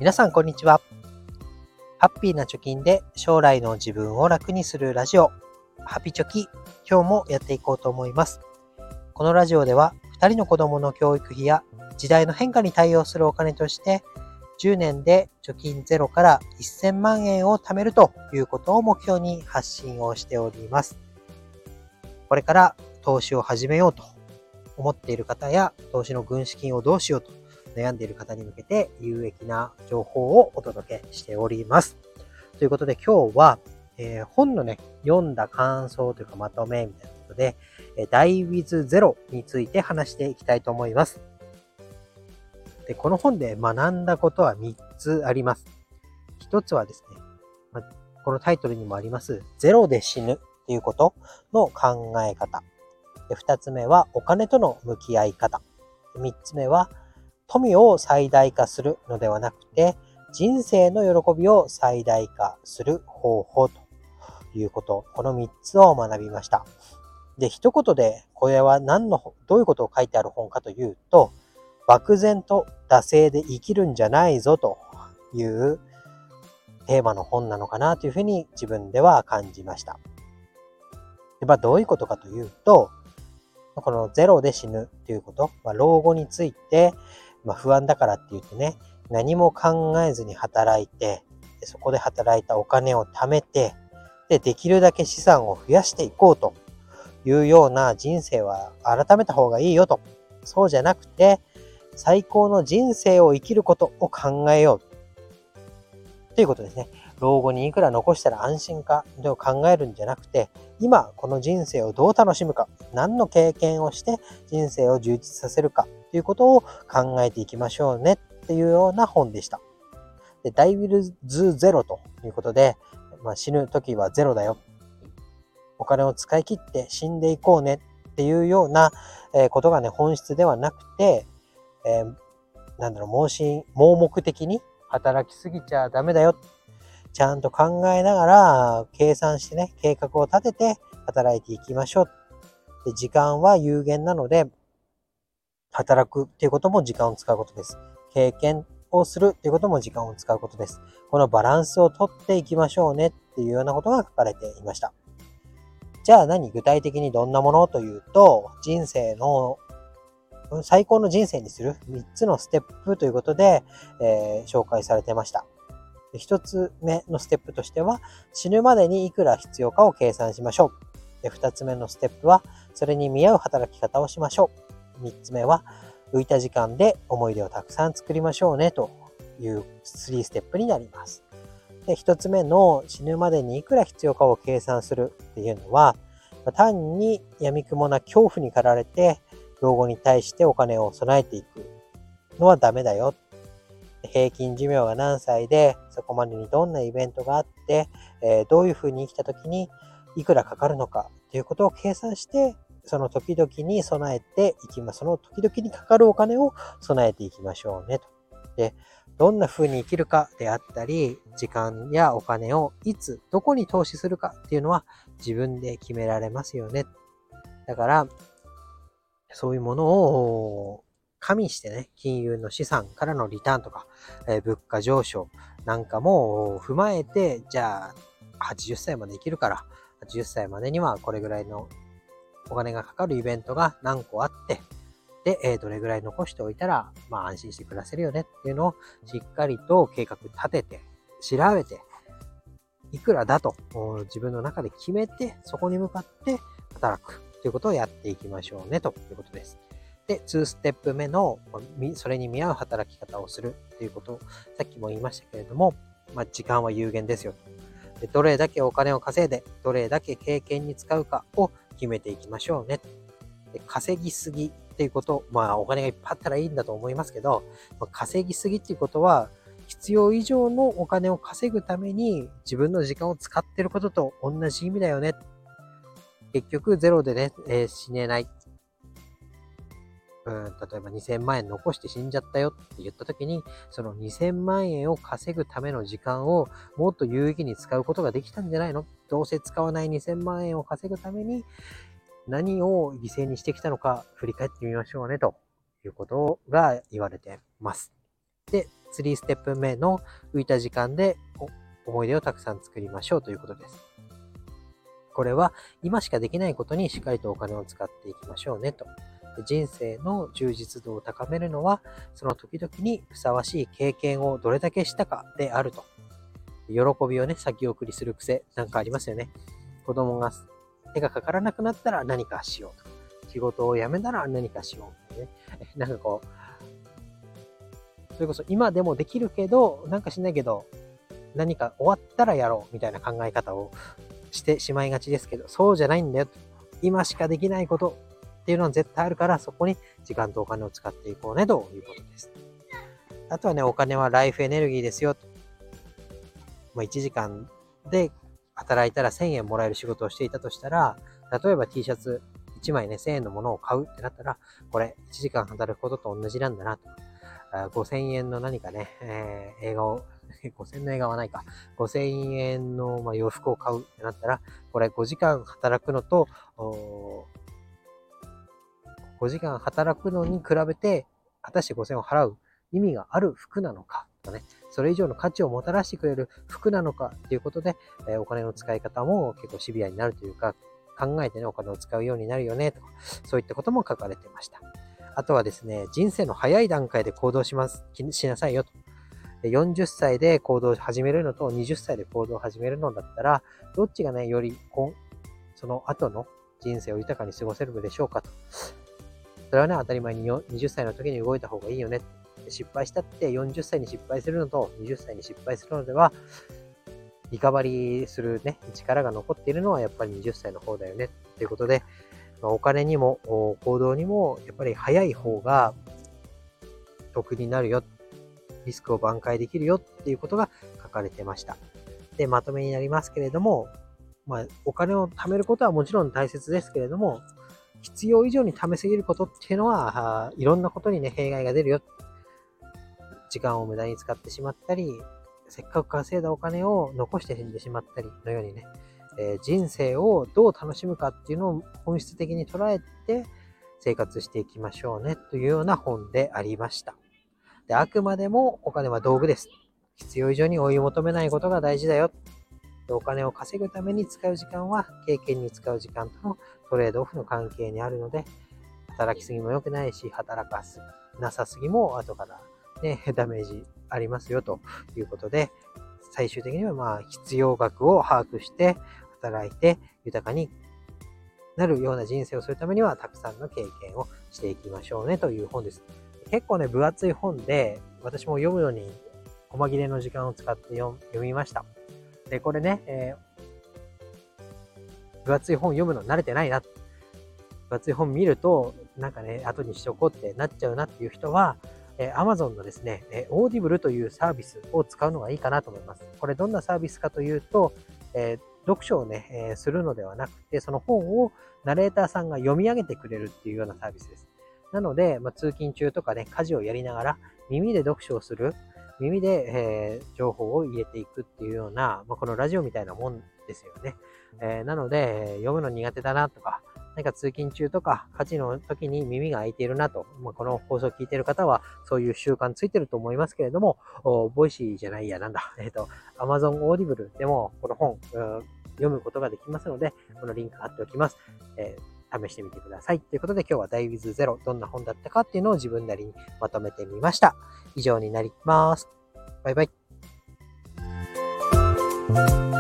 皆さんこんにちは。ハッピーな貯金で将来の自分を楽にするラジオ、ハピチョキ、今日もやっていこうと思います。このラジオでは2人の子供の教育費や時代の変化に対応するお金として10年で貯金ゼロから1000万円を貯めるということを目標に発信をしております。これから投資を始めようと思っている方や投資の軍資金をどうしようと悩んでいる方に向けて有益な情報をお届けしております。ということで今日は、本の読んだ感想というかまとめみたいなことで、Die with Zero について話していきたいと思います。で、この本で学んだことは3つあります。1つはですね、このタイトルにもありますゼロで死ぬっていうことの考え方。で、2つ目はお金との向き合い方。3つ目は富を最大化するのではなくて、人生の喜びを最大化する方法ということ、この3つを学びました。で、一言でこれはどういうことを書いてある本かというと、漠然と惰性で生きるんじゃないぞというテーマの本なのかなというふうに自分では感じました。で、どういうことかというと、このゼロで死ぬということ、老後について、不安だからって言ってね、何も考えずに働いて、そこで働いたお金を貯めて、できるだけ資産を増やしていこうというような人生は改めた方がいいよと。そうじゃなくて、最高の人生を生きることを考えようということですね。老後にいくら残したら安心かを考えるんじゃなくて、今この人生をどう楽しむか、何の経験をして人生を充実させるかということを考えていきましょうねっていうような本でした。で、Die with Zero ということで、死ぬ時はゼロだよ。お金を使い切って死んでいこうねっていうようなことが本質ではなくて、盲目的に働きすぎちゃダメだよ。ちゃんと考えながら計算して計画を立てて働いていきましょう。で、時間は有限なので、働くっていうことも時間を使うことです。経験をするっていうことも時間を使うことです。このバランスをとっていきましょうねっていうようなことが書かれていました。じゃあ具体的にどんなものというと、人生の最高の人生にする3つのステップということで、紹介されてました。1つ目のステップとしては、死ぬまでにいくら必要かを計算しましょう。2つ目のステップは、それに見合う働き方をしましょう。3つ目は、浮いた時間で思い出をたくさん作りましょうねという3ステップになります。で、1つ目の死ぬまでにいくら必要かを計算するっていうのは、単に闇雲な恐怖に駆られて、老後に対してお金を備えていくのはダメだよ。平均寿命が何歳で、そこまでにどんなイベントがあって、どういうふうに生きた時にいくらかかるのかということを計算して、その時々に備えていきます。その時々にかかるお金を備えていきましょうねと。で、どんな風に生きるかであったり、時間やお金をいつ、どこに投資するかっていうのは自分で決められますよね。だから、そういうものを加味して金融の資産からのリターンとか、物価上昇なんかも踏まえて、じゃあ80歳まで生きるから、80歳までにはこれぐらいのお金がかかるイベントが何個あって、で、どれぐらい残しておいたら、安心して暮らせるよねっていうのをしっかりと計画立てて、調べて、いくらだと自分の中で決めて、そこに向かって働くということをやっていきましょうねということです。で、2ステップ目の、それに見合う働き方をするということを、さっきも言いましたけれども、時間は有限ですよと。で、どれだけお金を稼いで、どれだけ経験に使うかを決めていきましょうね。で、稼ぎすぎっていうこと、お金がいっぱいあったらいいんだと思いますけど、稼ぎすぎっていうことは、必要以上のお金を稼ぐために自分の時間を使ってることと同じ意味だよね。結局ゼロで死ねない。例えば2000万円残して死んじゃったよって言った時に、その2000万円を稼ぐための時間をもっと有意義に使うことができたんじゃないの？どうせ使わない2000万円を稼ぐために何を犠牲にしてきたのか振り返ってみましょうねということが言われてます。で、 3ステップ目の浮いた時間で思い出をたくさん作りましょうということです。これは今しかできないことにしっかりとお金を使っていきましょうねと。で、人生の充実度を高めるのは、その時々にふさわしい経験をどれだけしたかであると。喜びをね、先送りする癖なんかありますよね。子供が手がかからなくなったら何かしようとか、仕事を辞めたら何かしようとかね。なんかこう、それこそ今でもできるけど、なんかしないけど、何か終わったらやろうみたいな考え方をしてしまいがちですけど、そうじゃないんだよ。今しかできないことっていうのは絶対あるから、そこに時間とお金を使っていこうねということです。あとはね、お金はライフエネルギーですよと。1時間で働いたら1000円もらえる仕事をしていたとしたら、例えば T シャツ1枚ね、1000円のものを買うってなったら、これ1時間働くことと同じなんだなと。5000円の何かね、映画を、5000円の映画はないか。5000円の洋服を買うってなったら、これ5時間働くのと、5時間働くのに比べて、果たして5000円を払う意味がある服なのかとかね、それ以上の価値をもたらしてくれる服なのかということで、お金の使い方も結構シビアになるというか、考えてね、お金を使うようになるよねとか、そういったことも書かれてました。あとはですね、人生の早い段階で行動しなさいよと。40歳で行動を始めるのと20歳で行動を始めるのだったら、どっちがね、よりその後の人生を豊かに過ごせるのでしょうかと。それはね、当たり前に20歳の時に動いた方がいいよね。失敗したって40歳に失敗するのと20歳に失敗するのでは、リカバリーするね、力が残っているのはやっぱり20歳の方だよね。ということで、お金にも行動にもやっぱり早い方が得になるよ。リスクを挽回できるよっていうことが書かれてました。で、まとめになりますけれども、お金を貯めることはもちろん大切ですけれども、必要以上に貯めすぎることっていうのは、いろんなことにね、弊害が出るよ。時間を無駄に使ってしまったり、せっかく稼いだお金を残して死んでしまったりのようにね、人生をどう楽しむかっていうのを本質的に捉えて生活していきましょうねというような本でありました。で、あくまでもお金は道具です。必要以上に追い求めないことが大事だよ。お金を稼ぐために使う時間は経験に使う時間とのトレードオフの関係にあるので、働きすぎも良くないし、働かなさすぎも後からね、ダメージありますよということで、最終的には必要額を把握して働いて豊かになるような人生をするためにはたくさんの経験をしていきましょうねという本です。結構ね、分厚い本で、私も読むのに細切れの時間を使って読みました。で、これね、分厚い本読むの慣れてないな。分厚い本見ると、なんかね、後にしとこうってなっちゃうなっていう人は、Amazon のですね、Audible というサービスを使うのがいいかなと思います。これどんなサービスかというと、読書をね、するのではなくて、その本をナレーターさんが読み上げてくれるっていうようなサービスです。なので、通勤中とかね、家事をやりながら耳で読書をする、耳で、情報を入れていくっていうような、このラジオみたいなもんですよね。なので、読むの苦手だなとか、なんか通勤中とか家事の時に耳が開いているなと、この放送を聞いている方はそういう習慣ついてると思いますけれども、ボイシーじゃないや、Amazon Audible でもこの本、読むことができますので、このリンク貼っておきます。試してみてください。ということで今日は Die with Zero どんな本だったかっていうのを自分なりにまとめてみました。以上になります。バイバイ。